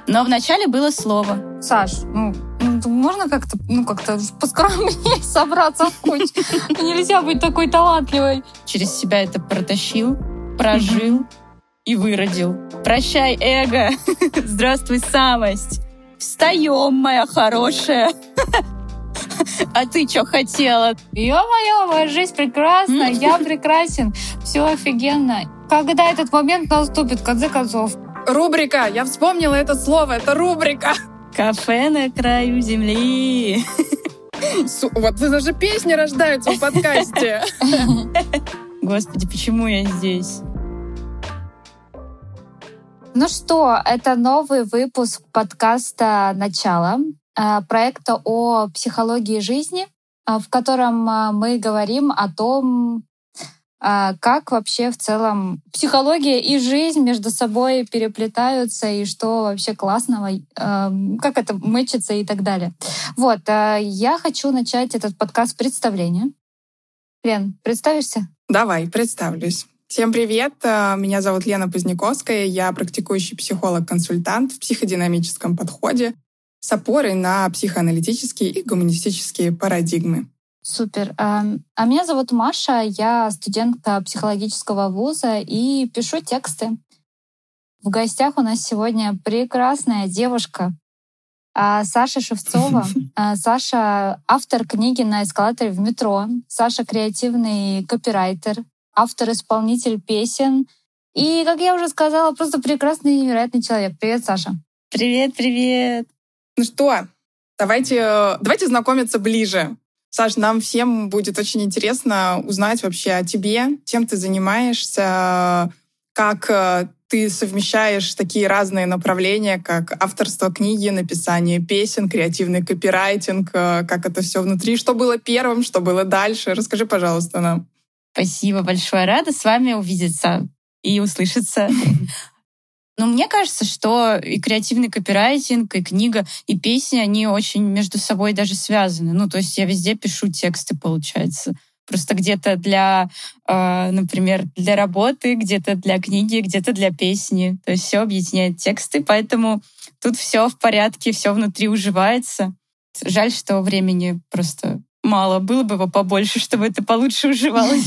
Но вначале было слово. Саш, можно как-то поскромнее собраться в кучу? Нельзя быть такой талантливой. Через себя это протащил, прожил и выродил. Прощай, эго. Здравствуй, самость. Встаем, моя хорошая. А ты что хотела? Ё-моё, моя жизнь прекрасна, я прекрасен, все офигенно. Когда этот момент наступит, в конце концов? Рубрика! Я вспомнила это слово, это рубрика! Кафе на краю земли. Вот даже песни рождаются в подкасте. Господи, почему я здесь? Ну что, это новый выпуск подкаста «Начало», проекта о психологии жизни, в котором мы говорим о том, как вообще в целом психология и жизнь между собой переплетаются, и что вообще классного, как это мэчится и так далее. Вот, я хочу начать этот подкаст с представления. Лен, представишься? Давай, представлюсь. Всем привет, меня зовут Лена Поздняковская, я практикующий психолог-консультант в психодинамическом подходе с опорой на психоаналитические и гуманистические парадигмы. Супер. А меня зовут Маша, я студентка психологического вуза и пишу тексты. В гостях у нас сегодня прекрасная девушка Саша Шевцова. Саша — автор книги «На эскалаторе в метро». Саша — креативный копирайтер, автор-исполнитель песен. И, как я уже сказала, просто прекрасный и невероятный человек. Привет, Саша. Привет. Ну что, давайте знакомиться ближе. Саш, нам всем будет очень интересно узнать вообще о тебе, чем ты занимаешься, как ты совмещаешь такие разные направления, как авторство книги, написание песен, креативный копирайтинг, как это все внутри, что было первым, что было дальше. Расскажи, пожалуйста, нам. Спасибо большое. Рада с вами увидеться и услышаться. Но мне кажется, что и креативный копирайтинг, и книга, и песни, они очень между собой даже связаны. То есть я везде пишу тексты, получается. Просто где-то для, например, для работы, где-то для книги, где-то для песни. То есть все объединяет тексты, поэтому тут все в порядке, все внутри уживается. Жаль, что времени просто мало. Было бы его побольше, чтобы это получше уживалось.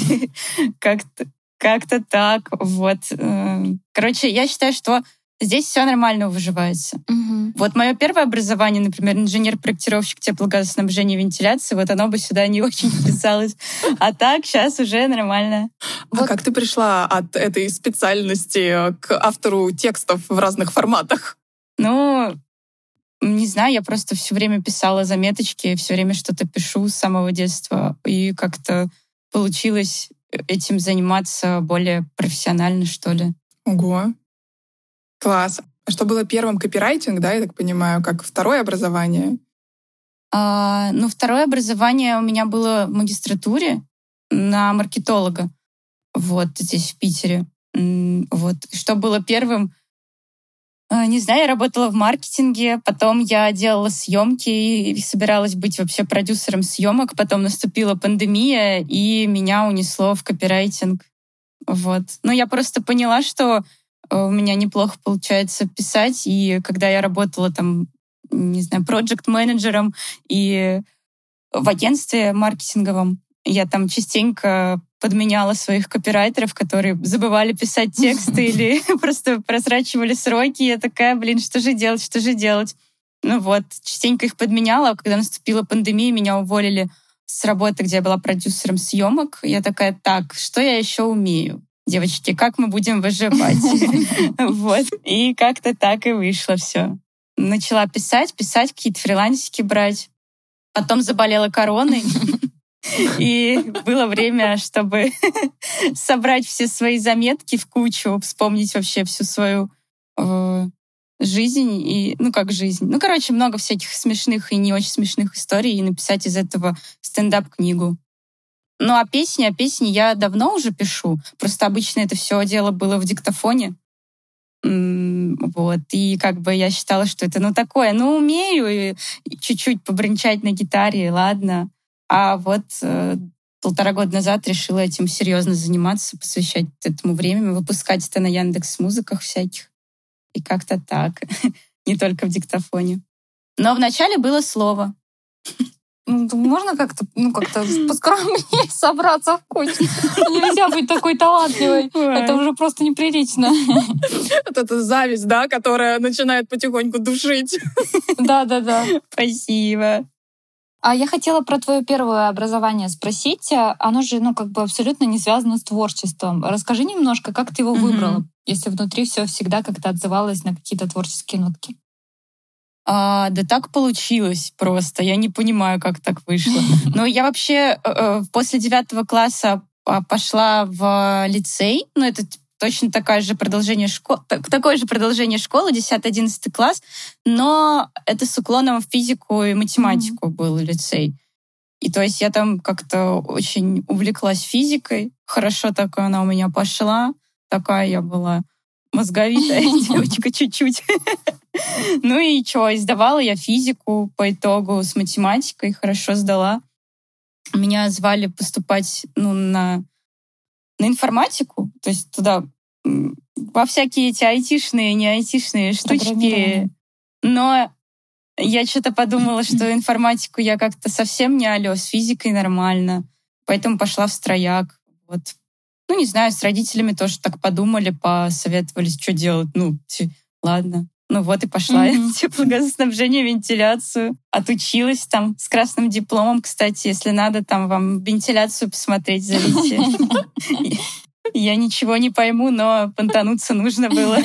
Как-то так, вот. Короче, я считаю, что здесь все нормально выживается. Вот мое первое образование, например, инженер-проектировщик теплогазоснабжения и вентиляции, вот оно бы сюда не очень вписалось. А так, сейчас уже нормально. А как ты пришла от этой специальности к автору текстов в разных форматах? Не знаю, я просто все время писала заметочки, все время что-то пишу с самого детства, и как-то получилось этим заниматься более профессионально, что ли. Ого. Класс. А что было первым? Копирайтинг, да, я так понимаю, как второе образование? Второе образование у меня было в магистратуре на маркетолога. Вот, здесь, в Питере. Вот. Что было первым? Не знаю, я работала в маркетинге, потом я делала съемки и собиралась быть вообще продюсером съемок. Потом наступила пандемия, и меня унесло в копирайтинг. Вот. Но я просто поняла, что у меня неплохо получается писать, и когда я работала там, не знаю, проект-менеджером и в агентстве маркетинговом, я там частенько подменяла своих копирайтеров, которые забывали писать тексты или просто просрачивали сроки. Я такая, что же делать? Частенько их подменяла, а когда наступила пандемия, меня уволили с работы, где я была продюсером съемок. Я такая, так, что я еще умею? Девочки, как мы будем выживать? Вот. И как-то так и вышло все. Начала писать, какие-то фрилансики брать. Потом заболела короной. И было время, чтобы собрать все свои заметки в кучу, вспомнить вообще всю свою жизнь. И, жизнь. Много всяких смешных и не очень смешных историй, и написать из этого стендап-книгу. А песни я давно уже пишу. Просто обычно это все дело было в диктофоне. Вот. И я считала, что это такое. Умею и чуть-чуть побренчать на гитаре, ладно. А 1,5 года назад решила этим серьезно заниматься, посвящать этому время, выпускать это на Яндекс.Музыках всяких. И как-то так. не только в диктофоне. Но вначале было слово. Можно как-то поскромнее собраться в кучу? Нельзя быть такой талантливой. Это уже просто неприлично. Вот это зависть, да, которая начинает потихоньку душить. Да. Спасибо. А я хотела про твое первое образование спросить. Оно же, абсолютно не связано с творчеством. Расскажи немножко, как ты его выбрала, если внутри все всегда как-то отзывалось на какие-то творческие нотки. Да так получилось просто. Я не понимаю, как так вышло. Но я вообще после 9 класса пошла в лицей. Ну, это точно такое же продолжение школы, 10-11 класс. Но это с уклоном в физику и математику был лицей. И то есть я там как-то очень увлеклась физикой. Хорошо такая она у меня пошла. Такая я была мозговитая девочка чуть-чуть. Ну и что, сдавала я физику по итогу с математикой, хорошо сдала. Меня звали поступать на информатику, то есть туда во всякие эти айтишные, не айтишные штучки. Но я что-то подумала, что информатику я как-то совсем не алё, с физикой нормально. Поэтому пошла в строяк. Вот. Ну, не знаю, с родителями тоже так подумали, посоветовались, что делать. Ладно. Ну вот и пошла я в теплогазоснабжение, вентиляцию. Отучилась там с красным дипломом, кстати. Если надо, там вам вентиляцию посмотреть, зовите. Я ничего не пойму, но понтануться нужно было.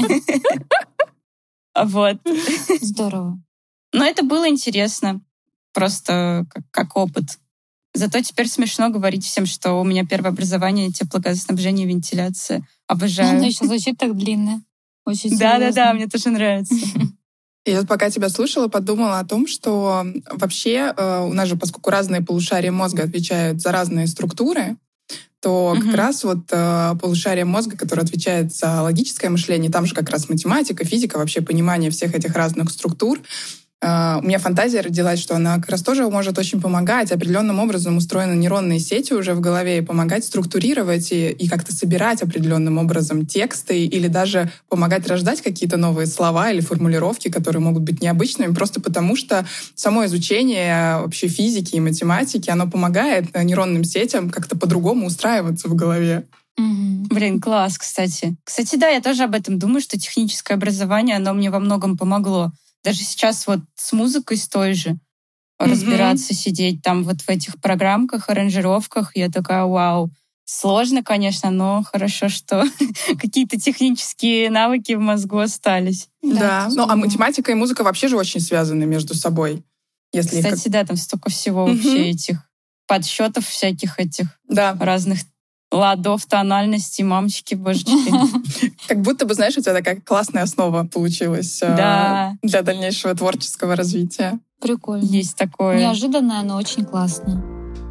Вот. Здорово. Но это было интересно. Просто как опыт. Зато теперь смешно говорить всем, что у меня первое образование — теплогазоснабжение, вентиляция. Обожаю. Оно еще звучит так длинно. Очень Да, мне тоже нравится. Я вот пока тебя слушала, подумала о том, что вообще у нас же, поскольку разные полушария мозга отвечают за разные структуры, то как раз вот полушарие мозга, которое отвечает за логическое мышление, там же как раз математика, физика, вообще понимание всех этих разных структур. У меня фантазия родилась, что она как раз тоже может очень помогать. Определенным образом устроены нейронные сети уже в голове и помогать структурировать и как-то собирать определенным образом тексты или даже помогать рождать какие-то новые слова или формулировки, которые могут быть необычными, просто потому что само изучение вообще физики и математики, оно помогает нейронным сетям как-то по-другому устраиваться в голове. Блин, класс, кстати. Кстати, да, я тоже об этом думаю, что техническое образование, оно мне во многом помогло. Даже сейчас вот с музыкой с той же разбираться, сидеть там вот в этих программках, аранжировках, я такая, вау. Сложно, конечно, но хорошо, что какие-то технические навыки в мозгу остались. Да, а математика и музыка вообще же очень связаны между собой. Кстати, да, там столько всего вообще этих подсчетов всяких этих разных ладов, тональностей, мамочки, божечки. Как будто бы, знаешь, у тебя такая классная основа получилась для дальнейшего творческого развития. Прикольно. Есть такое. Неожиданное, но очень классное.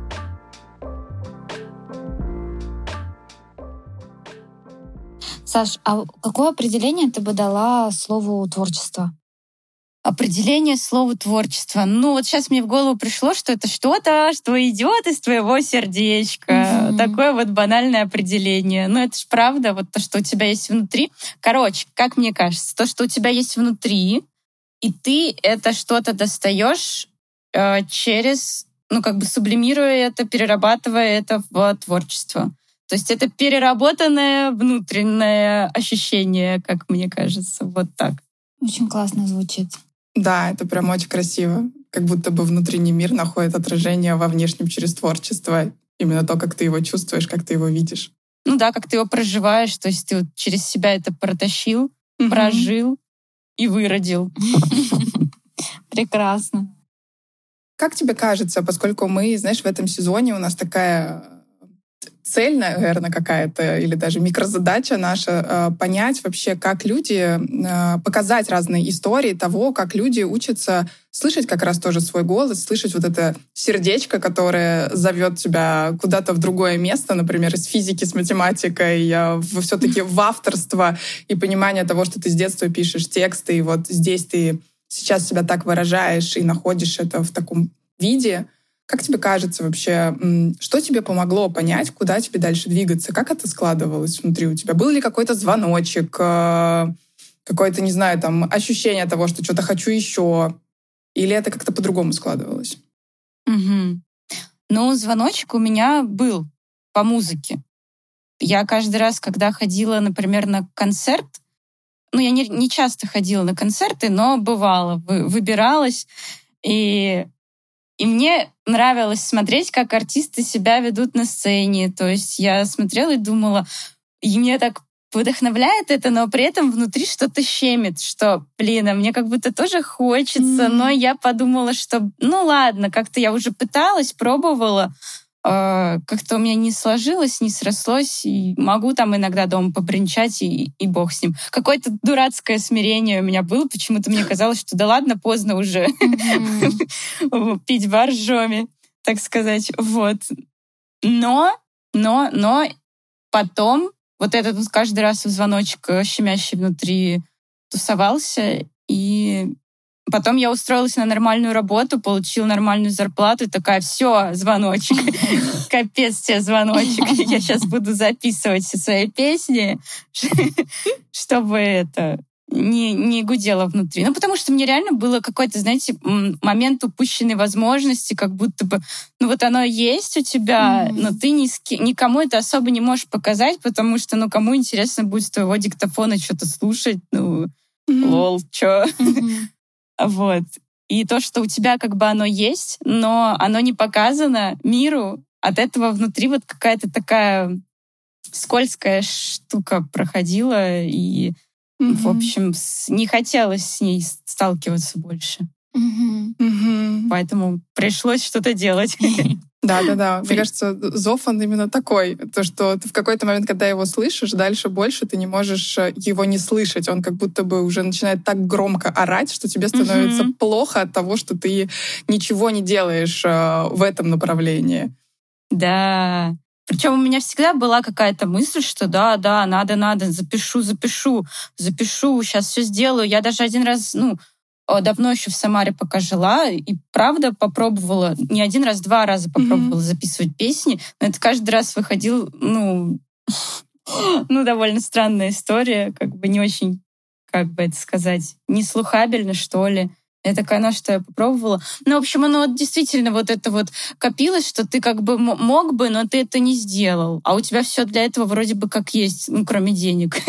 Саш, а какое определение ты бы дала слову «творчество»? Определение слова «творчество». Ну, вот сейчас мне в голову пришло, что это что-то, что идет из твоего сердечка. Такое вот банальное определение. Ну, это ж правда, вот то, что у тебя есть внутри. Короче, как мне кажется, то, что у тебя есть внутри, и ты это что-то достаешь через, сублимируя это, перерабатывая это в творчество. То есть это переработанное внутреннее ощущение, как мне кажется. Вот так. Очень классно звучит. Да, это прям очень красиво. Как будто бы внутренний мир находит отражение во внешнем через творчество. Именно то, как ты его чувствуешь, как ты его видишь. Ну да, как ты его проживаешь. То есть ты вот через себя это протащил, прожил и выродил. Прекрасно. Как тебе кажется, поскольку мы, знаешь, в этом сезоне у нас такая цель, наверное, какая-то, или даже микрозадача наша, понять вообще, как люди, показать разные истории того, как люди учатся слышать как раз тоже свой голос, слышать вот это сердечко, которое зовет тебя куда-то в другое место, например, из физики с математикой, все-таки в авторство и понимание того, что ты с детства пишешь тексты, и вот здесь ты сейчас себя так выражаешь и находишь это в таком виде. Как тебе кажется вообще, что тебе помогло понять, куда тебе дальше двигаться? Как это складывалось внутри у тебя? Был ли какой-то звоночек, какое-то, не знаю, там, ощущение того, что что-то хочу еще? Или это как-то по-другому складывалось? Угу. Ну, звоночек у меня был по музыке. Я каждый раз, когда ходила, например, на концерт, ну, я не часто ходила на концерты, но бывало, выбиралась. И мне нравилось смотреть, как артисты себя ведут на сцене. То есть я смотрела и думала, и мне так вдохновляет это, но при этом внутри что-то щемит, что, блин, а мне как будто тоже хочется, но я подумала, что, ну ладно, как-то я уже пыталась, пробовала, как-то у меня не сложилось, не срослось, и могу там иногда дома побренчать, и бог с ним. Какое-то дурацкое смирение у меня было, почему-то мне казалось, что да ладно, поздно уже пить боржоми, так сказать, вот. Но потом вот этот вот каждый раз звоночек щемящий внутри тусовался, и потом я устроилась на нормальную работу, получила нормальную зарплату, и такая, все, звоночек, капец тебе звоночек, я сейчас буду записывать все свои песни, чтобы это не гудело внутри. Ну, потому что мне реально было какой-то, знаете, момент упущенной возможности, как будто бы, ну, вот оно есть у тебя, но ты никому это особо не можешь показать, потому что, ну, кому интересно будет с твоего диктофона что-то слушать, ну, лол, чё? Вот. И то, что у тебя как бы оно есть, но оно не показано миру, от этого внутри вот какая-то такая скользкая штука проходила, и в общем, не хотелось с ней сталкиваться больше. Поэтому пришлось что-то делать. Да. Мне кажется, зов, он именно такой. То, что ты в какой-то момент, когда его слышишь, дальше больше ты не можешь его не слышать. Он как будто бы уже начинает так громко орать, что тебе становится плохо от того, что ты ничего не делаешь в этом направлении. Да. Причем у меня всегда была какая-то мысль, что да, надо, запишу, сейчас все сделаю. Я даже один раз, давно еще в Самаре пока жила, и правда попробовала, не один раз, 2 раза попробовала записывать песни, но это каждый раз выходил, довольно странная история, как бы не очень, как бы это сказать, не слухабельно, что ли. Я такая, что я попробовала. Ну, в общем, оно действительно вот это вот копилось, что ты как бы мог бы, но ты это не сделал. А у тебя все для этого вроде бы как есть, кроме денег.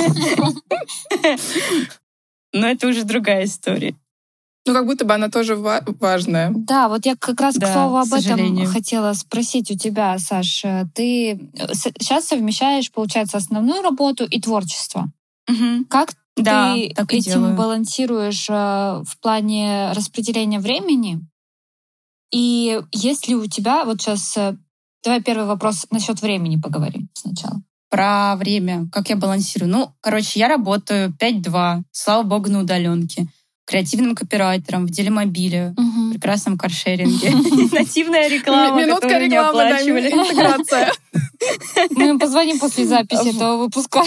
Но это уже другая история. Ну, как будто бы она тоже важная. Да, вот я как раз, к слову, об этом хотела спросить у тебя, Саш. Ты сейчас совмещаешь, получается, основную работу и творчество. Как ты этим балансируешь в плане распределения времени? И есть ли у тебя... Вот сейчас... Давай первый вопрос насчет времени поговорим сначала. Про время. Как я балансирую? Я работаю 5-2, слава богу, на удаленке. Креативным копирайтером в Делимобиле, в прекрасном каршеринге. Нативная реклама, минутка рекламы, да, интеграция. Мы позвоним после записи этого выпуска.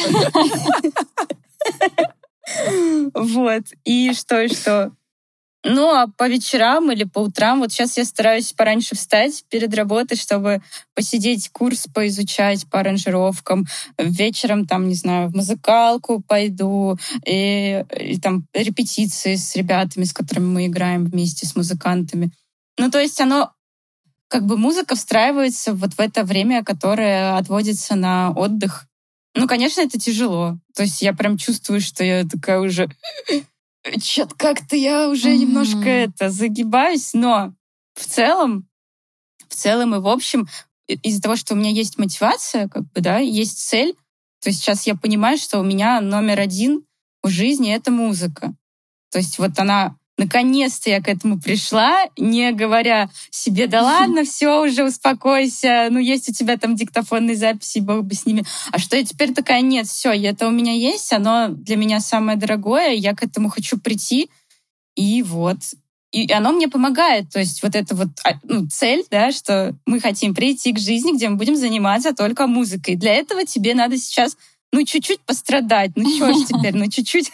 Вот. И что? А по вечерам или по утрам, вот сейчас я стараюсь пораньше встать перед работой, чтобы посидеть, курс поизучать по аранжировкам. Вечером, не знаю, в музыкалку пойду, и там репетиции с ребятами, с которыми мы играем вместе, с музыкантами. То есть оно, как бы музыка встраивается вот в это время, которое отводится на отдых. Конечно, это тяжело. То есть я прям чувствую, что я такая уже... Чё-то как-то я уже немножко загибаюсь, но в целом и в общем, из-за того, что у меня есть мотивация, есть цель, то есть сейчас я понимаю, что у меня номер 1 в жизни — это музыка. То есть вот она... Наконец-то я к этому пришла, не говоря себе, да ладно, все, уже успокойся, есть у тебя там диктофонные записи, бог бы с ними. А что я теперь такая, нет, все, это у меня есть, оно для меня самое дорогое, я к этому хочу прийти, и вот. И оно мне помогает, то есть вот эта вот цель, да, что мы хотим прийти к жизни, где мы будем заниматься только музыкой. Для этого тебе надо сейчас, чуть-чуть пострадать, что ж теперь, чуть-чуть...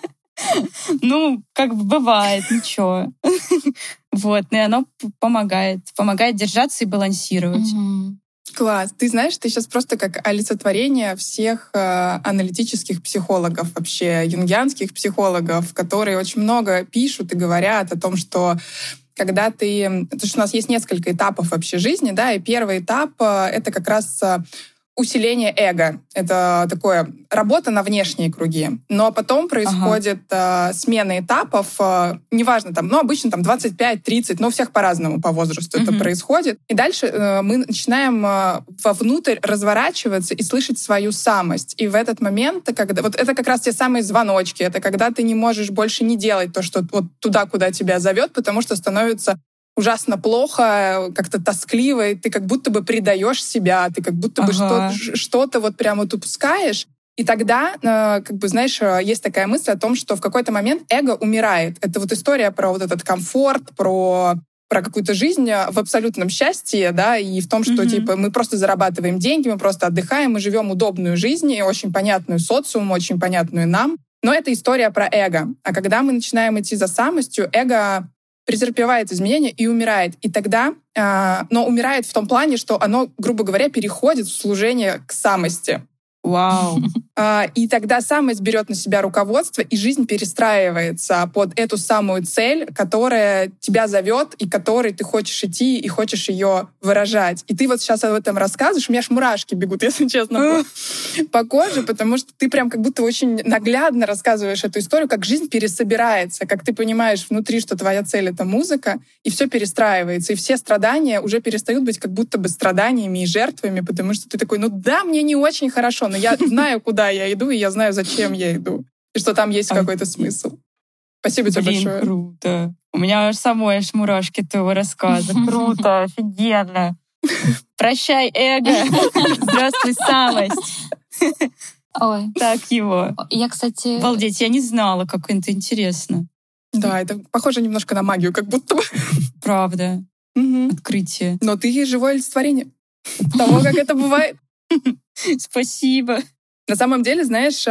как бы бывает, ничего. Вот, и оно помогает держаться и балансировать. Класс. Ты знаешь, ты сейчас просто как олицетворение всех аналитических психологов, вообще юнгианских психологов, которые очень много пишут и говорят о том, что когда ты... Потому что у нас есть несколько этапов вообще жизни, да, и первый этап — это как раз усиление эго. Это такое работа на внешние круги. Но потом происходит смена этапов, неважно, там, ну, обычно там 25-30, но у всех по-разному по возрасту это происходит. И дальше мы начинаем вовнутрь разворачиваться и слышать свою самость. И в этот момент, когда... Вот это как раз те самые звоночки, это когда ты не можешь больше не делать то, что вот туда, куда тебя зовет, потому что становится ужасно плохо, как-то тоскливо, и ты как будто бы предаешь себя, ты как будто бы что-то вот прямо вот упускаешь. И тогда, как бы, знаешь, есть такая мысль о том, что в какой-то момент эго умирает. Это вот история про вот этот комфорт, про какую-то жизнь в абсолютном счастье, да, и в том, что, типа, мы просто зарабатываем деньги, мы просто отдыхаем, мы живем удобную жизнь, и очень понятную социуму, очень понятную нам. Но это история про эго. А когда мы начинаем идти за самостью, эго претерпевает изменения и умирает. И тогда, но умирает в том плане, что оно, грубо говоря, переходит в служение к самости. Вау. И тогда самость берет на себя руководство, и жизнь перестраивается под эту самую цель, которая тебя зовет, и к которой ты хочешь идти, и хочешь ее выражать. И ты вот сейчас об этом рассказываешь, у меня аж мурашки бегут, если честно, по коже, потому что ты прям как будто очень наглядно рассказываешь эту историю, как жизнь пересобирается, как ты понимаешь внутри, что твоя цель — это музыка, и все перестраивается, и все страдания уже перестают быть как будто бы страданиями и жертвами, потому что ты такой, ну да, мне не очень хорошо, но я знаю, куда я иду, и я знаю, зачем я иду, и что там есть какой-то смысл. Спасибо тебе большое. Круто. У меня аж самой аж мурашки твоего рассказа. Круто, офигенно. Прощай, эго. Здравствуй, самость. Ой. Так его. Я, кстати... Обалдеть, я не знала, как это интересно. Да, это похоже немножко на магию, как будто бы. Правда. Открытие. Но ты живое олицетворение того, как это бывает. Спасибо. На самом деле, знаешь,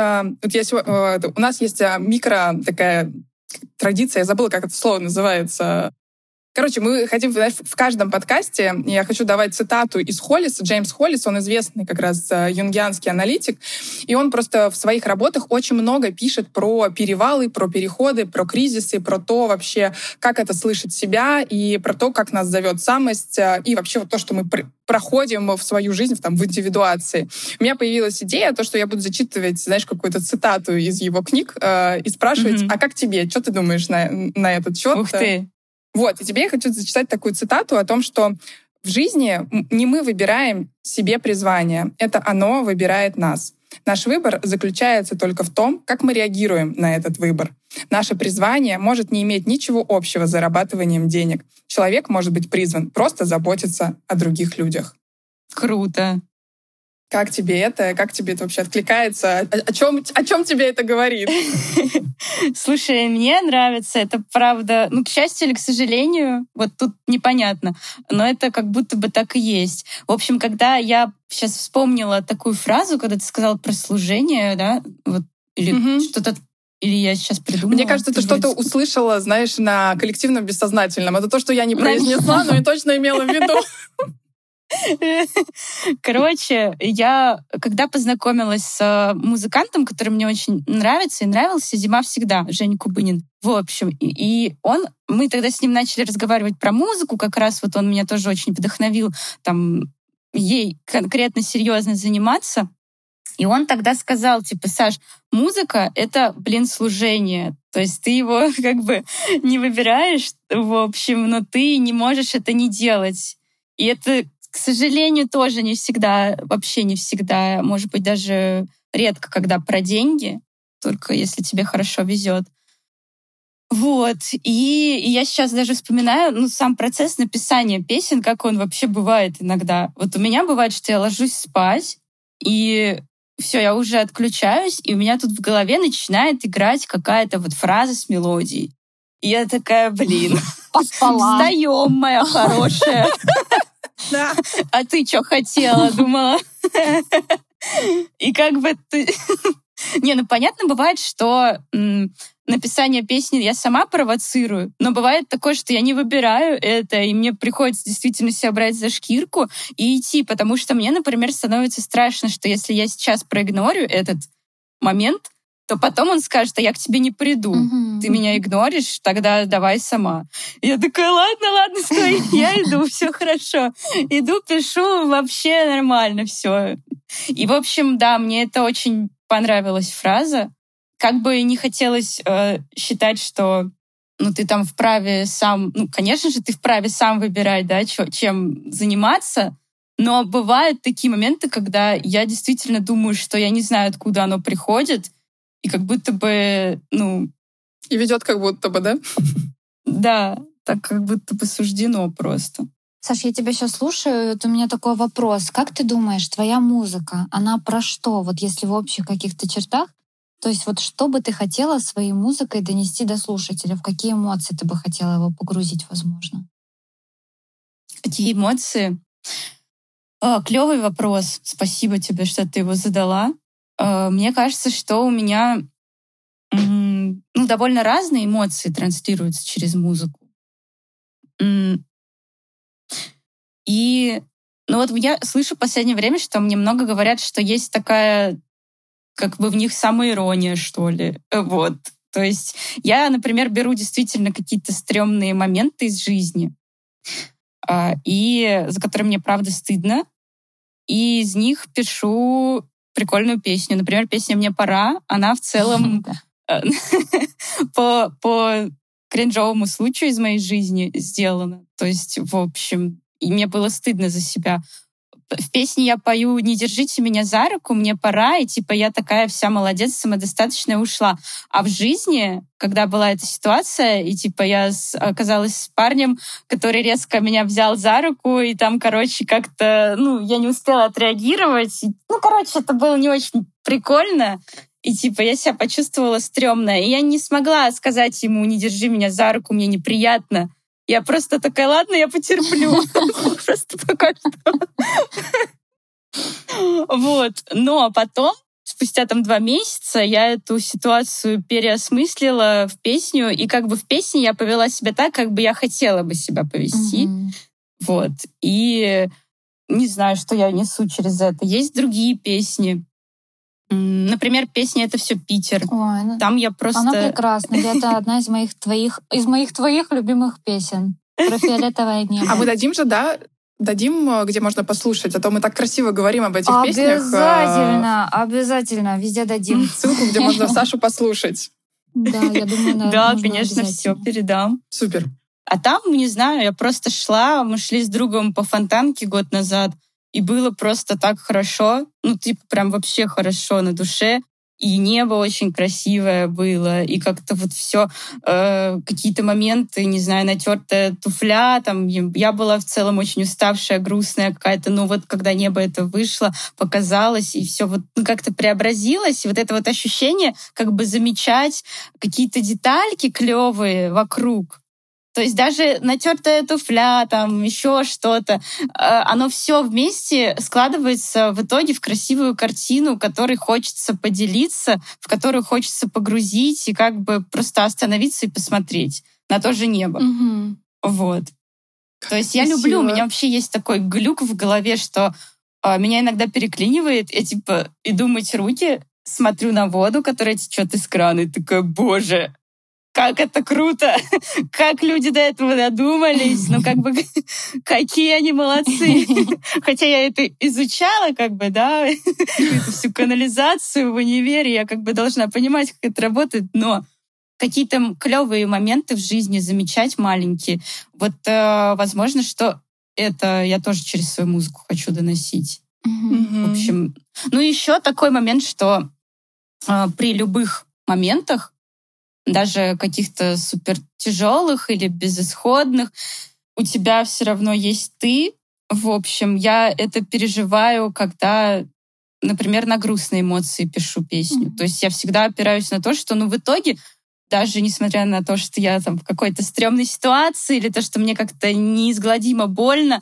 у нас есть микро такая традиция, я забыла, как это слово называется. Короче, мы хотим, знаешь, в каждом подкасте, я хочу давать цитату из Холлиса. Джеймс Холлис, он известный как раз юнгианский аналитик, и он просто в своих работах очень много пишет про перевалы, про переходы, про кризисы, про то вообще, как это слышать себя, и про то, как нас зовет самость, и вообще вот то, что мы проходим в свою жизнь в индивидуации. У меня появилась идея, то, что я буду зачитывать, знаешь, какую-то цитату из его книг и спрашивать, а как тебе? Что ты думаешь на этот счет? Ух ты! Вот, и тебе я хочу зачитать такую цитату о том, что в жизни не мы выбираем себе призвание, это оно выбирает нас. Наш выбор заключается только в том, как мы реагируем на этот выбор. Наше призвание может не иметь ничего общего с зарабатыванием денег. Человек может быть призван просто заботиться о других людях. Круто. Как тебе это? Как тебе это вообще откликается? О чем тебе это говорит? Слушай, мне нравится, это правда. Ну, к счастью или к сожалению, вот тут непонятно, но это как будто бы так и есть. В общем, когда я сейчас вспомнила такую фразу, когда ты сказал про служение, да, вот, или что-то, или я сейчас придумала. Мне кажется, ты что-то услышала, знаешь, на коллективном бессознательном. Это то, что я не произнесла, но и точно имела в виду. Короче, я когда познакомилась с музыкантом, который мне очень нравится и нравился, «Зима всегда», Женя Кубынин. В общем, мы тогда с ним начали разговаривать про музыку, как раз вот он меня тоже очень вдохновил там ей конкретно серьезно заниматься. И он тогда сказал, типа, Саш, музыка — это, служение. То есть ты его как бы не выбираешь, в общем, но ты не можешь это не делать. И это, к сожалению, тоже не всегда, вообще не всегда, может быть, даже редко, когда про деньги, только если тебе хорошо везет. Вот. И я сейчас даже вспоминаю, сам процесс написания песен, как он вообще бывает иногда. Вот у меня бывает, что я ложусь спать, и все, я уже отключаюсь, и у меня тут в голове начинает играть какая-то вот фраза с мелодией. И я такая, встаем, моя хорошая. Да. А ты что хотела, думала? И как бы ты... Не, ну понятно, бывает, что написание песни я сама провоцирую, но бывает такое, что я не выбираю это, и мне приходится действительно себя брать за шкирку и идти, потому что мне, например, становится страшно, что если я сейчас проигнорю этот момент, то потом он скажет, а я к тебе не приду. Ты меня игноришь, тогда давай сама. И я такая, ладно, стой, я иду, все хорошо. Иду, пишу, вообще нормально все. И, в общем, да, мне это очень понравилась фраза. Как бы не хотелось считать, что ты там вправе сам... конечно же, ты вправе сам выбирать, да, чем заниматься, но бывают такие моменты, когда я действительно думаю, что я не знаю, откуда оно приходит, и как будто бы, И ведет как будто бы, да? Да, так как будто бы суждено просто. Саш, я тебя сейчас слушаю, вот у меня такой вопрос. Как ты думаешь, твоя музыка, она про что? Вот если в общих каких-то чертах, то есть вот что бы ты хотела своей музыкой донести до слушателя? В какие эмоции ты бы хотела его погрузить, возможно? Какие эмоции? Клевый вопрос. Спасибо тебе, что ты его задала. Мне кажется, что у меня довольно разные эмоции транслируются через музыку. И я слышу в последнее время, что мне много говорят, что есть такая, как бы в них самоирония, что ли. Вот. То есть я, например, беру действительно какие-то стрёмные моменты из жизни, и за которые мне правда стыдно, и из них пишу прикольную песню. Например, песня «Мне пора», она в целом по кринжовому случаю из моей жизни сделана. То есть, в общем, и мне было стыдно за себя. В песне я пою «Не держите меня за руку, мне пора», и я такая вся молодец, самодостаточная ушла. А в жизни, когда была эта ситуация, и я оказалась с парнем, который резко меня взял за руку, и там, как-то, я не успела отреагировать. Это было не очень прикольно. И я себя почувствовала стрёмно. И я не смогла сказать ему «Не держи меня за руку, мне неприятно». Я просто такая, ладно, я потерплю. Просто пока что. Вот. Но потом, спустя 2 месяца, я эту ситуацию переосмыслила в песню, и в песне я повела себя так, как бы я хотела бы себя повести. Вот. И не знаю, что я несу через это. Есть другие песни. Например, песня «Это все Питер». Ой, там я просто... Она прекрасна. Это одна из моих твоих любимых песен. Про фиолетовое небо. А мы дадим же, да? Дадим, где можно послушать, а то мы так красиво говорим об этих песнях. Обязательно, везде дадим. Ссылку, где можно Сашу послушать. Да, я думаю, да, конечно, все передам. Супер. А там, не знаю, я просто шла, мы шли с другом по Фонтанке год назад, и было просто так хорошо, прям вообще хорошо на душе. И небо очень красивое было, и как-то все, какие-то моменты, не знаю, натертая туфля, я была в целом очень уставшая, грустная какая-то, когда небо это вышло, показалось, и все как-то преобразилось, и это ощущение, замечать какие-то детальки клевые вокруг. То есть даже натертая туфля, еще что-то, оно все вместе складывается в итоге в красивую картину, которой хочется поделиться, в которую хочется погрузить и просто остановиться и посмотреть на то же небо. Вот. То есть я люблю, у меня вообще есть такой глюк в голове, что меня иногда переклинивает, я иду мыть руки, смотрю на воду, которая течет из крана, и такая, боже, как это круто! Как люди до этого додумались! Какие они молодцы! Хотя я это изучала, эту всю канализацию в универе, я должна понимать, как это работает, но какие-то клевые моменты в жизни замечать маленькие. Возможно, что это я тоже через свою музыку хочу доносить. В общем, еще такой момент, что при любых моментах, даже каких-то супер тяжелых или безысходных, у тебя все равно есть ты. В общем, я это переживаю, когда, например, на грустные эмоции пишу песню. То есть я всегда опираюсь на то, что, в итоге, даже несмотря на то, что я в какой-то стрёмной ситуации или то, что мне как-то неизгладимо больно,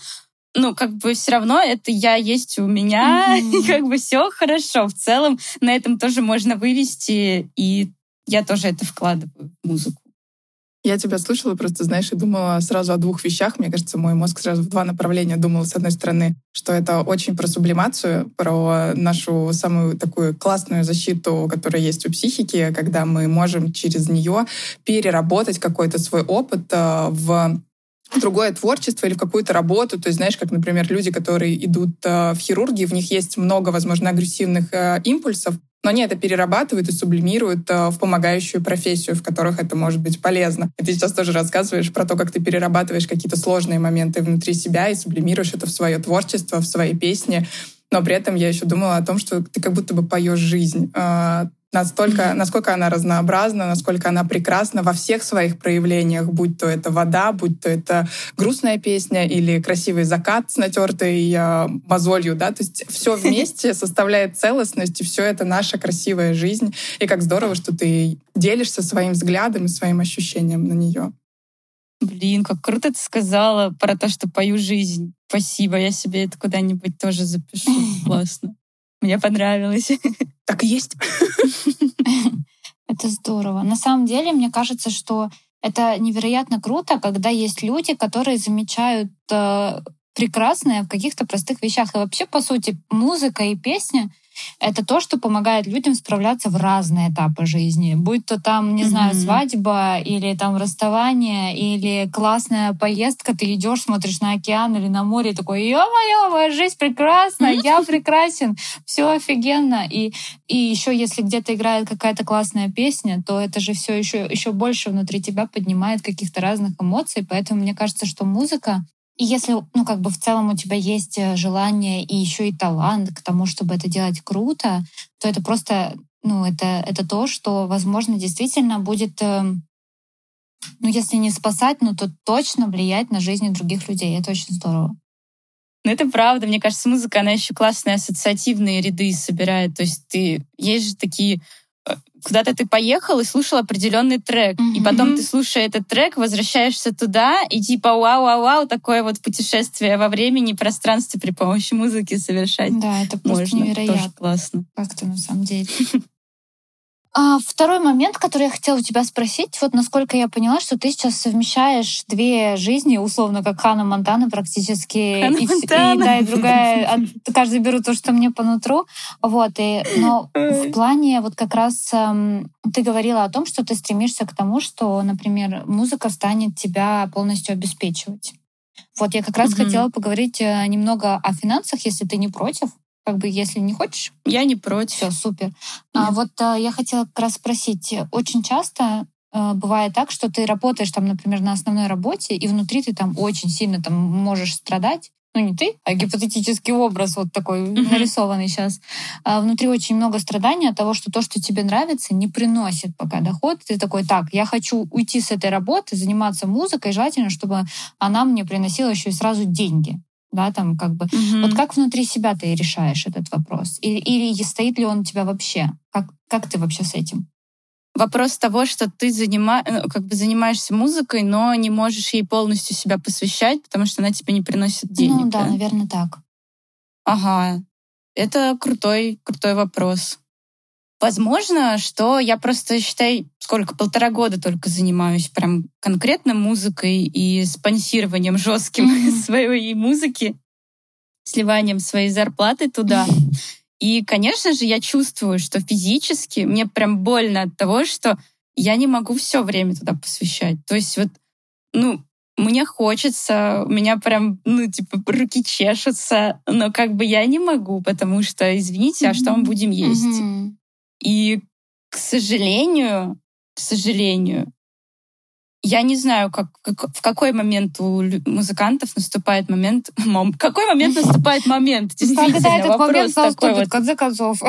как бы все равно это я есть у меня, и как бы все хорошо. В целом на этом тоже можно вывести, и я тоже это вкладываю в музыку. Я тебя слушала, просто, знаешь, и думала сразу о двух вещах. Мне кажется, мой мозг сразу в два направления думал. С одной стороны, что это очень про сублимацию, про нашу самую такую классную защиту, которая есть у психики, когда мы можем через нее переработать какой-то свой опыт в другое творчество или в какую-то работу. То есть, знаешь, как, например, люди, которые идут в хирургии, в них есть много, возможно, агрессивных импульсов, но они это перерабатывают и сублимируют в помогающую профессию, в которых это может быть полезно. И ты сейчас тоже рассказываешь про то, как ты перерабатываешь какие-то сложные моменты внутри себя и сублимируешь это в свое творчество, в свои песни. Но при этом я еще думала о том, что ты как будто бы поешь жизнь. Насколько она разнообразна, насколько она прекрасна во всех своих проявлениях, будь то это вода, будь то это грустная песня или красивый закат с натертой мозолью, да, то есть все вместе составляет целостность, и все это наша красивая жизнь. И как здорово, что ты делишься своим взглядом и своим ощущением на нее. Блин, как круто ты сказала про то, что пою жизнь. Спасибо, я себе это куда-нибудь тоже запишу. Классно. Мне понравилось. Так и есть. Это здорово. На самом деле, мне кажется, что это невероятно круто, когда есть люди, которые замечают прекрасное в каких-то простых вещах. И вообще, по сути, музыка и песня — это то, что помогает людям справляться в разные этапы жизни. Будь то там, не знаю, свадьба, или там расставание, или классная поездка, ты идешь, смотришь на океан или на море, и такой: ё-моё, моя жизнь прекрасна, я прекрасен, все офигенно. И еще если где-то играет какая-то классная песня, то это же все еще больше внутри тебя поднимает каких-то разных эмоций. Поэтому мне кажется, что музыка, и если, в целом у тебя есть желание и еще и талант к тому, чтобы это делать круто, то это просто, это то, что, возможно, действительно будет, если не спасать, то точно влиять на жизни других людей. Это очень здорово. Это правда. Мне кажется, музыка, она еще классные ассоциативные ряды собирает. То есть есть же такие... Куда-то ты поехал и слушал определенный трек, и потом ты, слушая этот трек, возвращаешься туда, и типа вау, такое вот путешествие во времени и пространстве при помощи музыки совершать. Да, это просто можно. Невероятно. Тоже классно. Как-то на самом деле. Второй момент, который я хотела у тебя спросить, вот насколько я поняла, что ты сейчас совмещаешь две жизни, условно, как Ханна Монтана практически, и другая, каждый беру то, что мне по нутру, но в плане вот как раз ты говорила о том, что ты стремишься к тому, что, например, музыка станет тебя полностью обеспечивать. Вот я как раз хотела поговорить немного о финансах, если ты не против. Если не хочешь. Я не против. Все, супер. Я хотела как раз спросить. Очень часто бывает так, что ты работаешь там, например, на основной работе, и внутри ты там очень сильно там можешь страдать. Не ты, а гипотетический образ вот такой нарисованный сейчас. Внутри очень много страданий от того, что то, что тебе нравится, не приносит пока доход. Ты такой: так, я хочу уйти с этой работы, заниматься музыкой, желательно, чтобы она мне приносила еще и сразу деньги. Да, Вот как внутри себя ты решаешь этот вопрос? Или стоит ли он у тебя вообще? Как ты вообще с этим? Вопрос того, что ты занимаешься музыкой, но не можешь ей полностью себя посвящать, потому что она тебе не приносит денег. Да, наверное, так. Ага. Это крутой вопрос. Возможно, что я просто, считай, 1,5 года только занимаюсь прям конкретно музыкой и спонсированием жестким своей музыки, сливанием своей зарплаты туда. И, конечно же, я чувствую, что физически мне прям больно от того, что я не могу все время туда посвящать. То есть мне хочется, у меня прям, руки чешутся, но я не могу, потому что, извините, а что мы будем есть? И, к сожалению, я не знаю, в какой момент у музыкантов наступает момент... Какой момент наступает момент? Действительно, когда этот момент наступит, в конце концов.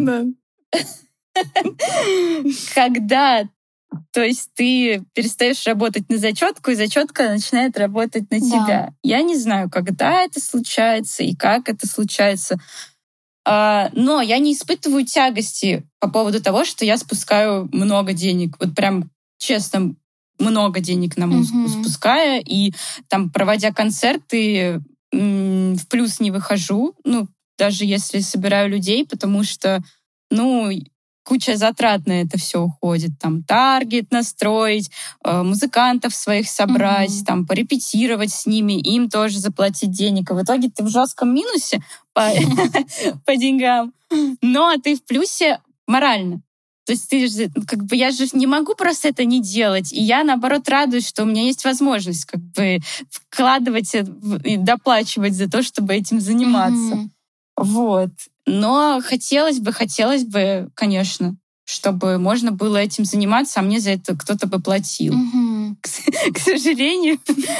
Когда, то есть ты перестаешь работать на зачетку, и зачетка начинает работать на тебя. Я не знаю, когда это случается и как это случается. Но я не испытываю тягости по поводу того, что я спускаю много денег. Вот прям честно, много денег на музыку спуская. И там, проводя концерты, в плюс не выхожу, даже если собираю людей, потому что, куча затрат на это все уходит. Там таргет настроить, музыкантов своих собрать, там порепетировать с ними, им тоже заплатить денег. И в итоге ты в жестком минусе по деньгам, но ты в плюсе морально. То есть я же не могу просто это не делать. И я, наоборот, радуюсь, что у меня есть возможность вкладывать и доплачивать за то, чтобы этим заниматься. Вот. Но хотелось бы, конечно, чтобы можно было этим заниматься, а мне за это кто-то бы платил. К сожалению,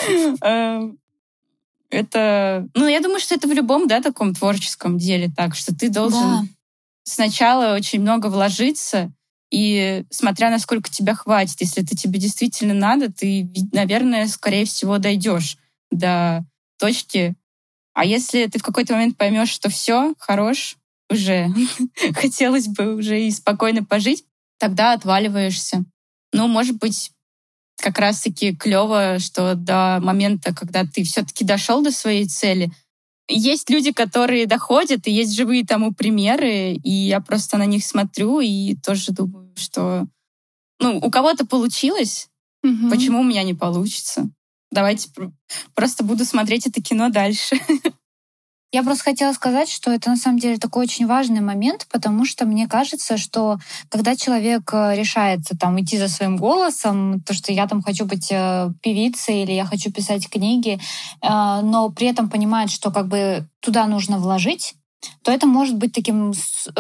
это... я думаю, что это в любом, таком творческом деле так, что ты должен сначала очень много вложиться, и смотря насколько тебя хватит, если это тебе действительно надо, ты, наверное, скорее всего, дойдешь до точки. А если ты в какой-то момент поймешь, что все, хорош, уже хотелось бы уже и спокойно пожить, тогда отваливаешься. Может быть, как раз-таки клево, что до момента, когда ты все-таки дошел до своей цели, есть люди, которые доходят, и есть живые тому примеры, и я просто на них смотрю и тоже думаю, что у кого-то получилось, почему у меня не получится? Давайте просто буду смотреть это кино дальше. Я просто хотела сказать, что это на самом деле такой очень важный момент, потому что мне кажется, что когда человек решается идти за своим голосом, то, что я хочу быть певицей или я хочу писать книги, но при этом понимает, что туда нужно вложить, то это может быть таким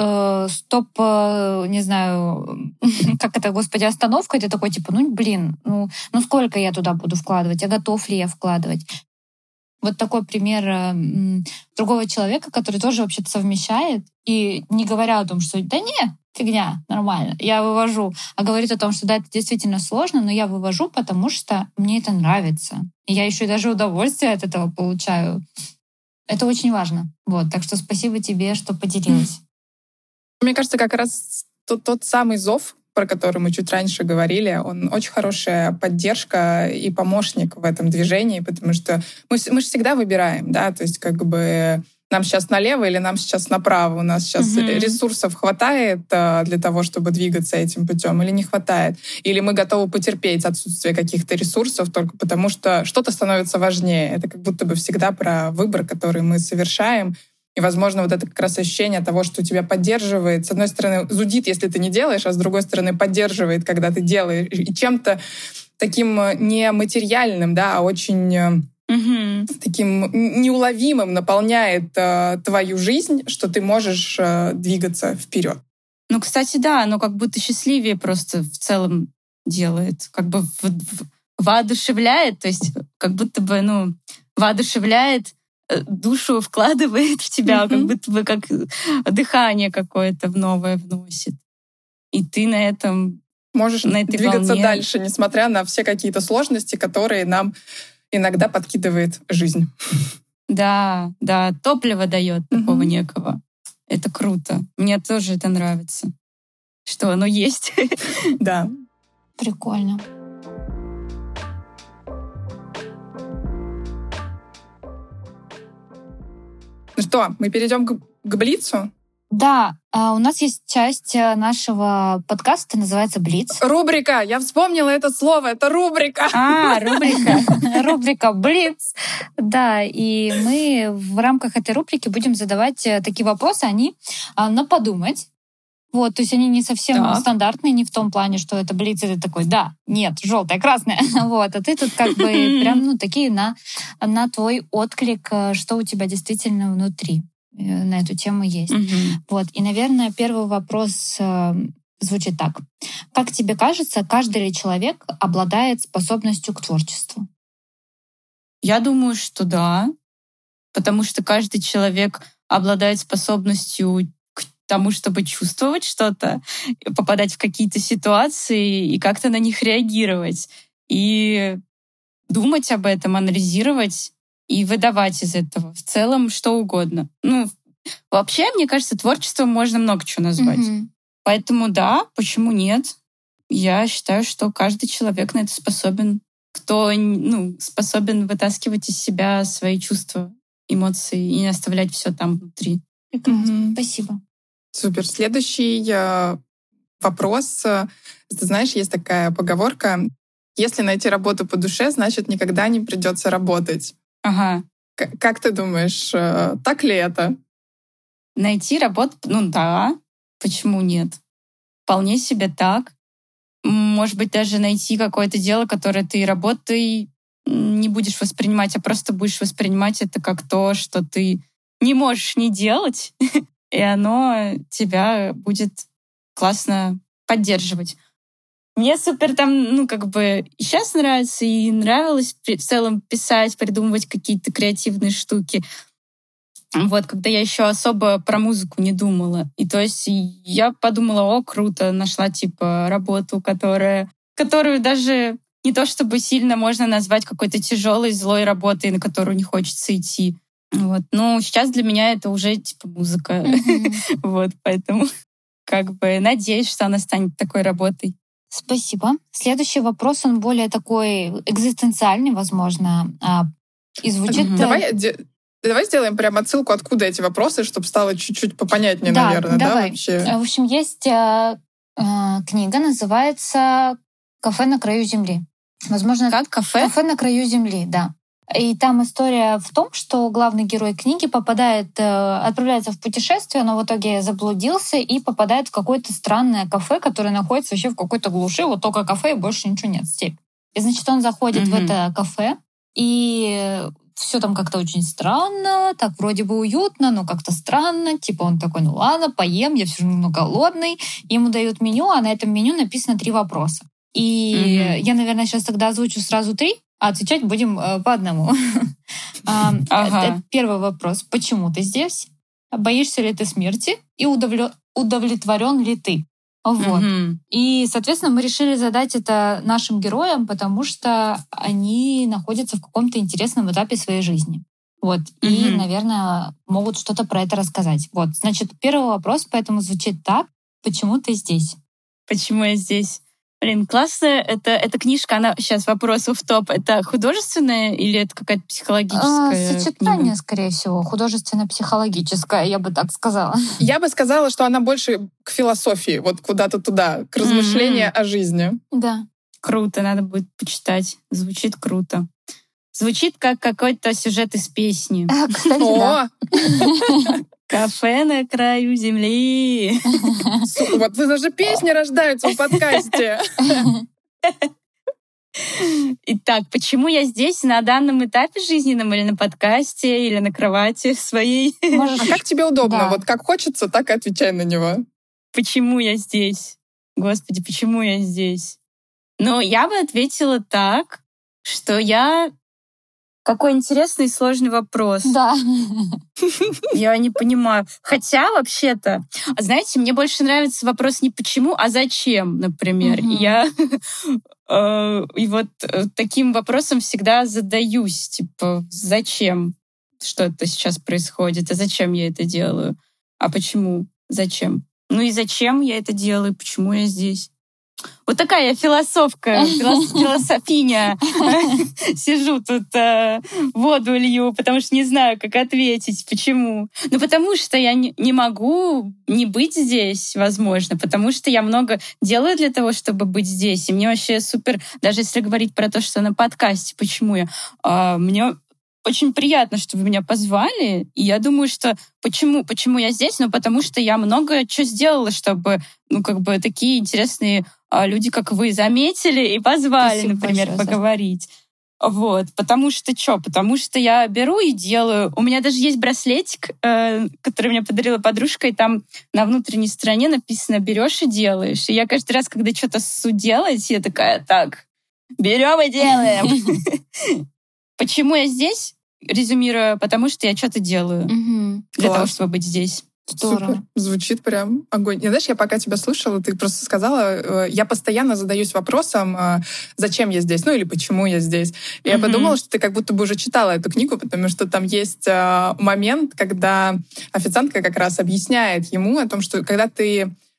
не знаю, как это, господи, остановкой. Ты такой, сколько я туда буду вкладывать, а готов ли я вкладывать? Вот такой пример другого человека, который тоже вообще-то совмещает, и не говоря о том, что да не, фигня, нормально, я вывожу, а говорит о том, что да, это действительно сложно, но я вывожу, потому что мне это нравится. И я еще и даже удовольствие от этого получаю. Это очень важно. Так что спасибо тебе, что поделилась. Мне кажется, как раз тот самый зов, про который мы чуть раньше говорили, он очень хорошая поддержка и помощник в этом движении, потому что мы же всегда выбираем, то есть нам сейчас налево или нам сейчас направо, у нас сейчас ресурсов хватает для того, чтобы двигаться этим путем, или не хватает, или мы готовы потерпеть отсутствие каких-то ресурсов только потому, что что-то становится важнее. Это как будто бы всегда про выбор, который мы совершаем. И, возможно, это как раз ощущение того, что тебя поддерживает. С одной стороны, зудит, если ты не делаешь, а с другой стороны, поддерживает, когда ты делаешь. И чем-то таким не материальным, а очень таким неуловимым наполняет твою жизнь, что ты можешь двигаться вперед. Кстати, да, оно как будто счастливее просто в целом делает. Воодушевляет, то есть как будто бы, воодушевляет, душу вкладывает в тебя, как будто бы как дыхание какое-то новое вносит. И ты на этом можешь двигаться дальше, несмотря на все какие-то сложности, которые нам иногда подкидывает жизнь. Да, топливо дает такого некого. Это круто. Мне тоже это нравится, что оно есть. Да. Прикольно. Ну что, мы перейдем к Блицу? Да, у нас есть часть нашего подкаста, называется «Блиц». Рубрика! Я вспомнила это слово, это рубрика! Рубрика. Рубрика «Блиц». Да, и мы в рамках этой рубрики будем задавать такие вопросы, они на подумать. То есть они не совсем стандартные, не в том плане, что это блиц, это такой, да, нет, желтое, красное. А ты тут прям, такие на твой отклик, что у тебя действительно внутри на эту тему есть. И, наверное, первый вопрос звучит так. Как тебе кажется, каждый ли человек обладает способностью к творчеству? Я думаю, что да, потому что каждый человек обладает способностью к тому, чтобы чувствовать что-то, попадать в какие-то ситуации и как-то на них реагировать. И думать об этом, анализировать и выдавать из этого в целом что угодно. Вообще, мне кажется, творчеством можно много чего назвать. Поэтому да, почему нет? Я считаю, что каждый человек на это способен. Кто способен вытаскивать из себя свои чувства эмоции и не оставлять все там внутри. Прекрасно. Спасибо. Супер. Следующий вопрос. Ты знаешь, есть такая поговорка: если найти работу по душе, значит, никогда не придется работать. Ага. Как ты думаешь, так ли это? Найти работу, да, почему нет? Вполне себе так. Может быть, даже найти какое-то дело, которое ты работой не будешь воспринимать, а просто будешь воспринимать это как то, что ты не можешь не делать, и оно тебя будет классно поддерживать. Мне супер там, и сейчас нравится, и нравилось в целом писать, придумывать какие-то креативные штуки. Вот, когда я еще особо про музыку не думала. И то есть я подумала, круто, нашла работу, которую даже не то чтобы сильно можно назвать какой-то тяжелой, злой работой, на которую не хочется идти. Вот. Но сейчас для меня это уже музыка. Вот, поэтому надеюсь, что она станет такой работой. Спасибо. Следующий вопрос, он более такой экзистенциальный, возможно, и звучит... Давай сделаем прям отсылку, откуда эти вопросы, чтобы стало чуть-чуть попонятнее, наверное. Давай. Да, вообще? В общем, есть книга, называется «Кафе на краю земли». Возможно, как кафе? «Кафе на краю земли», да. И там история в том, что главный герой книги отправляется в путешествие, но в итоге заблудился и попадает в какое-то странное кафе, которое находится вообще в какой-то глуши, вот только кафе и больше ничего нет, степь. И, значит, он заходит в это кафе, и все там как-то очень странно, так вроде бы уютно, но как-то странно. Он такой, ладно, поем, я все равно голодный. Ему дают меню, а на этом меню написано 3 вопроса. И я, наверное, сейчас тогда озвучу сразу 3, а отвечать будем по одному. Первый вопрос. Почему ты здесь? Боишься ли ты смерти? И удовлетворен ли ты? Вот. И, соответственно, мы решили задать это нашим героям, потому что они находятся в каком-то интересном этапе своей жизни. Вот. И, наверное, могут что-то про это рассказать. Вот. Значит, первый вопрос поэтому звучит так. Почему ты здесь? Почему я здесь? Блин, классно. Эта книжка, она сейчас вопрос в топ. Это художественная или это какая-то психологическая сочетание, книга? Скорее всего, художественно-психологическое, я бы так сказала. Я бы сказала, что она больше к философии, вот куда-то туда, к размышлению о жизни. Да. Круто, надо будет почитать. Звучит круто. Звучит как какой-то сюжет из песни. Кстати, да. Кафе на краю земли. Вот вы даже песни рождаются в подкасте. Итак, почему я здесь на данном этапе жизненном, или на подкасте, или на кровати своей? А как тебе удобно? Да. Вот как хочется, так и отвечай на него. Почему я здесь? Господи, почему я здесь? Я бы ответила так, что я... Какой интересный и сложный вопрос. Да. Я не понимаю. Хотя, вообще-то, знаете, мне больше нравится вопрос не почему, а зачем, например. И вот таким вопросом всегда задаюсь. Зачем что-то сейчас происходит? А зачем я это делаю? А почему? Зачем? И зачем я это делаю? Почему я здесь? Вот такая я философка, философиня. Сижу тут, воду лью, потому что не знаю, как ответить. Почему? Потому что я не могу не быть здесь, возможно, потому что я много делаю для того, чтобы быть здесь. И мне вообще супер, даже если говорить про то, что на подкасте, почему я... Мне очень приятно, что вы меня позвали. И я думаю, что почему я здесь? Потому что я много чего сделала, чтобы, такие интересные люди, как вы, заметили и позвали, Спасибо например, большое, поговорить. Вот. Потому что я беру и делаю. У меня даже есть браслетик, который мне подарила подружка, и там на внутренней стороне написано «берешь и делаешь». И я каждый раз, когда что-то делать, я такая, так, берем и делаем. Почему я здесь? Резюмируя, потому что я что-то делаю для того, чтобы быть здесь. Здорово. Супер. Звучит прям огонь. Я пока тебя слушала, ты просто сказала, я постоянно задаюсь вопросом, зачем я здесь, или почему я здесь. И я подумала, что ты как будто бы уже читала эту книгу, потому что там есть момент, когда официантка как раз объясняет ему о том, что когда ты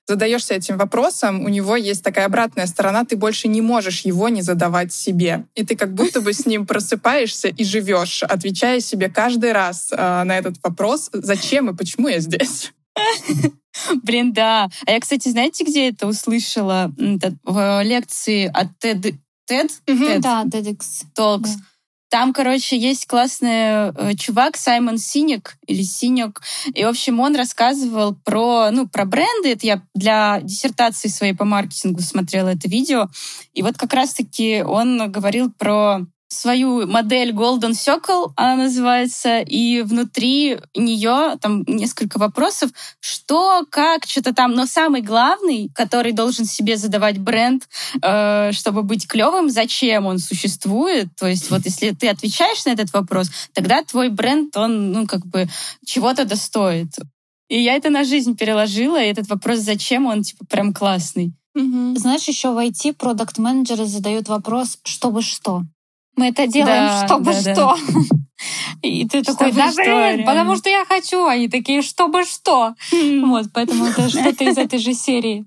задаешься этим вопросом, у него есть такая обратная сторона, ты больше не можешь его не задавать себе. И ты как будто бы с ним просыпаешься и живешь, отвечая себе каждый раз на этот вопрос, зачем и почему я здесь. Блин, да. А я, кстати, знаете, где это услышала? В лекции от TED? Да, TEDx Talks. Да. Там, короче, есть классный чувак Саймон Синек или Синек. И, в общем, он рассказывал про бренды. Это я для диссертации своей по маркетингу смотрела это видео. И вот как раз-таки он говорил про свою модель Golden Circle, она называется, и внутри нее там несколько вопросов, что, как, что-то там. Но самый главный, который должен себе задавать бренд, чтобы быть клевым, зачем он существует. То есть вот если ты отвечаешь на этот вопрос, тогда твой бренд, он чего-то достоит. И я это на жизнь переложила, и этот вопрос, зачем, он прям классный. Угу. Знаешь, еще в IT продакт-менеджеры задают вопрос, чтобы что. Мы это делаем, чтобы что. И ты такой, потому что я хочу. Они такие, чтобы что. Вот, поэтому это что-то из этой же серии.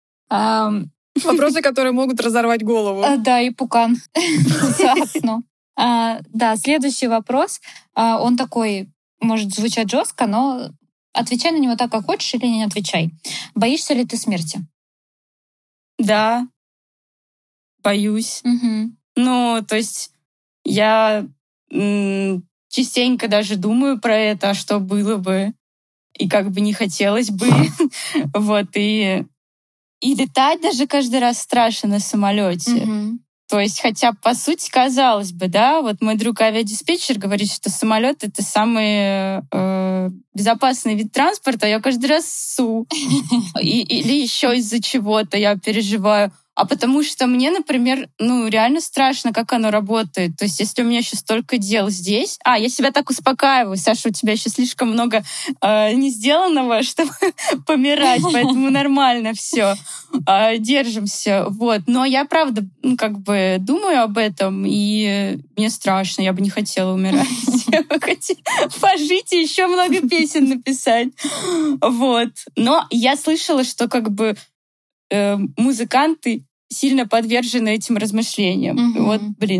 Вопросы, которые могут разорвать голову. Да, и пукан. Заодно. Да, следующий вопрос. Он такой, может звучать жестко, но отвечай на него так, как хочешь, или не отвечай. Боишься ли ты смерти? Да, боюсь. То есть я частенько даже думаю про это, а что было бы, и как бы не хотелось бы. Вот, и летать даже каждый раз страшно на самолете. То есть, хотя, по сути, казалось бы, да, вот мой друг авиадиспетчер говорит, что самолет — это самый безопасный вид транспорта, а я каждый раз ссу. Или еще из-за чего-то я переживаю. А потому что мне, например, реально страшно, как оно работает. То есть если у меня еще столько дел здесь... я себя так успокаиваю. Саша, у тебя еще слишком много не сделанного, чтобы помирать, поэтому нормально все. Держимся. Вот. Но я, правда, думаю об этом, и мне страшно. Я бы не хотела умирать. Я бы хотела пожить и еще много песен написать. Вот. Но я слышала, что музыканты сильно подвержены этим размышлениям. Вот,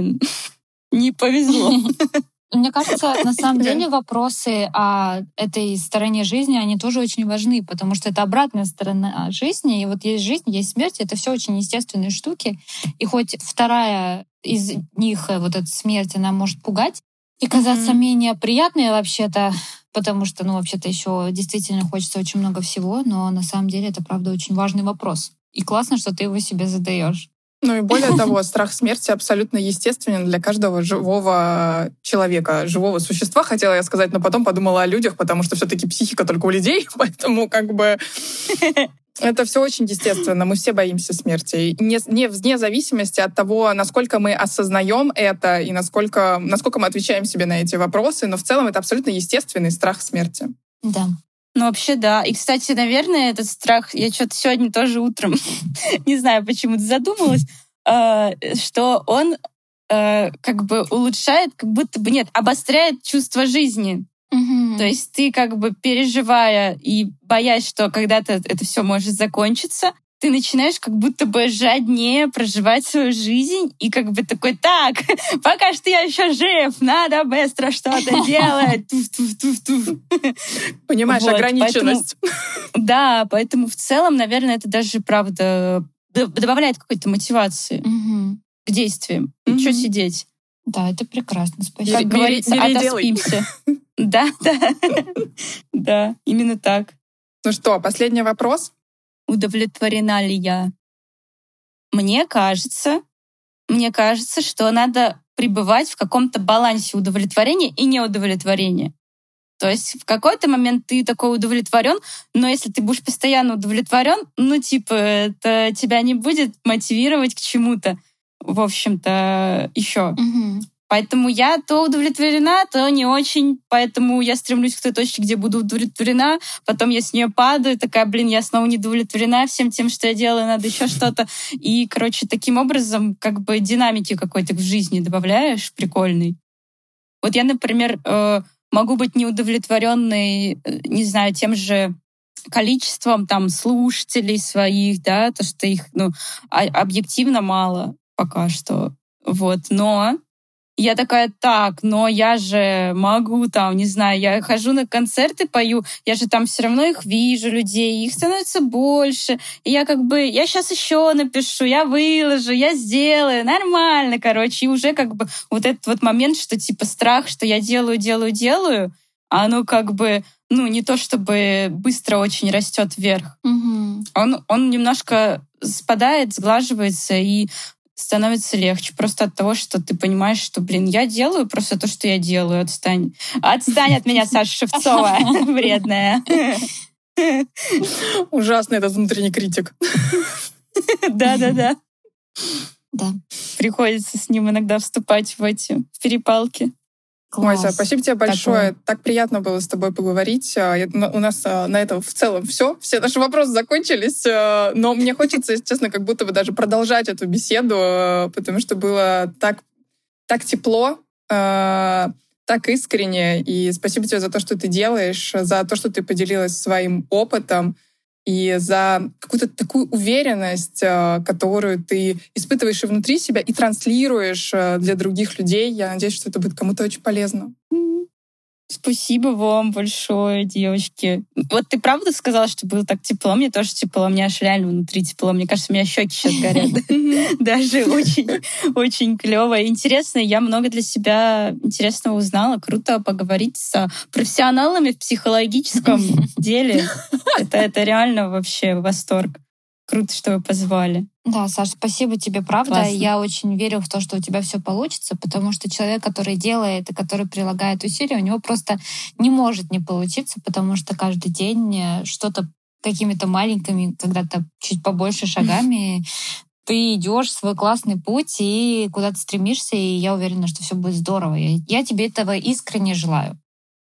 не повезло. Мне кажется, на самом деле вопросы о этой стороне жизни, они тоже очень важны, потому что это обратная сторона жизни. И вот есть жизнь, есть смерть, это все очень естественные штуки. И хоть вторая из них, вот эта смерть, она может пугать и казаться менее приятной вообще-то, потому что, вообще-то еще действительно хочется очень много всего, но на самом деле это, правда, очень важный вопрос. И классно, что ты его себе задаешь. И более того, страх смерти абсолютно естественен для каждого живого человека, живого существа, хотела я сказать, но потом подумала о людях, потому что все-таки психика только у людей, поэтому это все очень естественно. Мы все боимся смерти. Вне зависимости от того, насколько мы осознаем это и насколько мы отвечаем себе на эти вопросы, но в целом это абсолютно естественный страх смерти. Да. Вообще, да. И, кстати, наверное, этот страх, я что-то сегодня тоже утром, не знаю, почему-то задумалась, что он улучшает, как будто бы, обостряет чувство жизни. То есть ты переживая и боясь, что когда-то это все может закончиться, ты начинаешь как будто бы жаднее проживать свою жизнь и такой, так, пока что я еще жив, надо быстро что-то делать. Понимаешь, ограниченность. Поэтому в целом, наверное, это даже, правда, добавляет какой-то мотивации к действиям. Что сидеть? Да, это прекрасно, спасибо. Как говорится, отоспимся. Да, именно так. Ну что, последний вопрос? Удовлетворена ли я? Мне кажется, что надо пребывать в каком-то балансе удовлетворения и неудовлетворения. То есть в какой-то момент ты такой удовлетворен, но если ты будешь постоянно удовлетворен, это тебя не будет мотивировать к чему-то, в общем-то, еще. Поэтому я то удовлетворена, то не очень. Поэтому я стремлюсь к той точке, где буду удовлетворена. Потом я с нее падаю, такая, я снова не удовлетворена всем тем, что я делаю, надо еще что-то. И, таким образом, динамики какой-то в жизни добавляешь, прикольный. Вот я, например, могу быть неудовлетворенной, не знаю, тем же количеством там слушателей своих, да, то, что их, объективно мало пока что. Вот, но я такая, но я же могу там, не знаю, я хожу на концерты, пою, я же там все равно их вижу, людей, их становится больше. И я я сейчас еще напишу, я выложу, я сделаю, нормально, короче. И уже вот этот вот момент, что типа страх, что я делаю, а оно не то чтобы быстро очень растет вверх. Угу. Он немножко спадает, сглаживается и становится легче просто от того, что ты понимаешь, что, я делаю просто то, что я делаю. Отстань. Отстань от меня, Саша Шевцова, вредная. Ужасный этот внутренний критик. Да. Да. Приходится с ним иногда вступать в эти перепалки. Ой, Саш, спасибо тебе большое. Так приятно было с тобой поговорить. У нас на этом в целом все. Все наши вопросы закончились. Но мне хочется, если честно, как будто бы даже продолжать эту беседу, потому что было так тепло, так искренне. И спасибо тебе за то, что ты делаешь, за то, что ты поделилась своим опытом и за какую-то такую уверенность, которую ты испытываешь и внутри себя, и транслируешь для других людей. Я надеюсь, что это будет кому-то очень полезно. Спасибо вам большое, девочки. Вот ты правда сказала, что было так тепло? Мне тоже тепло. Мне аж реально внутри тепло. Мне кажется, у меня щеки сейчас горят. Даже очень клево. Интересно, я много для себя интересного узнала. Круто поговорить с профессионалами в психологическом деле. Это реально вообще восторг. Круто, что вы позвали. Да, Саш, спасибо тебе, правда. Классно. Я очень верю в то, что у тебя все получится, потому что человек, который делает и который прилагает усилия, у него просто не может не получиться, потому что каждый день что-то какими-то маленькими, когда-то чуть побольше шагами ты идешь свой классный путь и куда-то стремишься, и я уверена, что все будет здорово. Я тебе этого искренне желаю.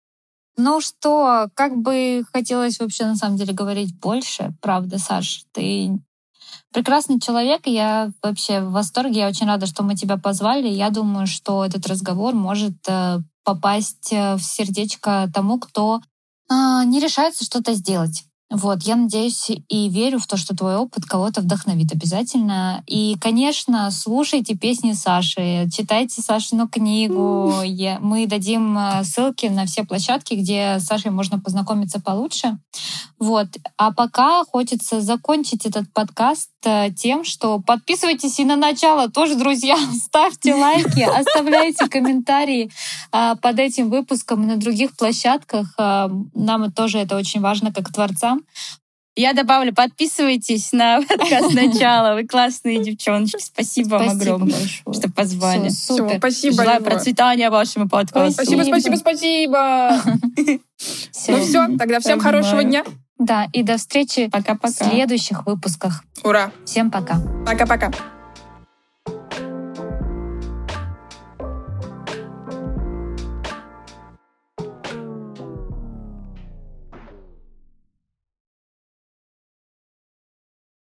Ну что, как бы хотелось вообще на самом деле говорить больше, правда, Саш, ты прекрасный человек, и я вообще в восторге, я очень рада, что мы тебя позвали. Я думаю, что этот разговор может попасть в сердечко тому, кто не решается что-то сделать. Вот, я надеюсь и верю в то, что твой опыт кого-то вдохновит обязательно. И, конечно, слушайте песни Саши, читайте Сашину книгу. Мы дадим ссылки на все площадки, где с Сашей можно познакомиться получше. Вот. А пока хочется закончить этот подкаст тем, что подписывайтесь и на начало тоже, друзья. Ставьте лайки, оставляйте комментарии под этим выпуском и на других площадках. Нам тоже это очень важно, как творцам. Я добавлю, подписывайтесь на подкаст «Начало». Вы классные девчоночки. Спасибо вам огромное, большое, что позвали. Всё, супер. Спасибо. Желаю процветания вашему подкасту. Спасибо. Ну все, тогда всем хорошего дня. Да, и до встречи Пока-пока. в следующих выпусках. Ура. Всем пока. Пока-пока.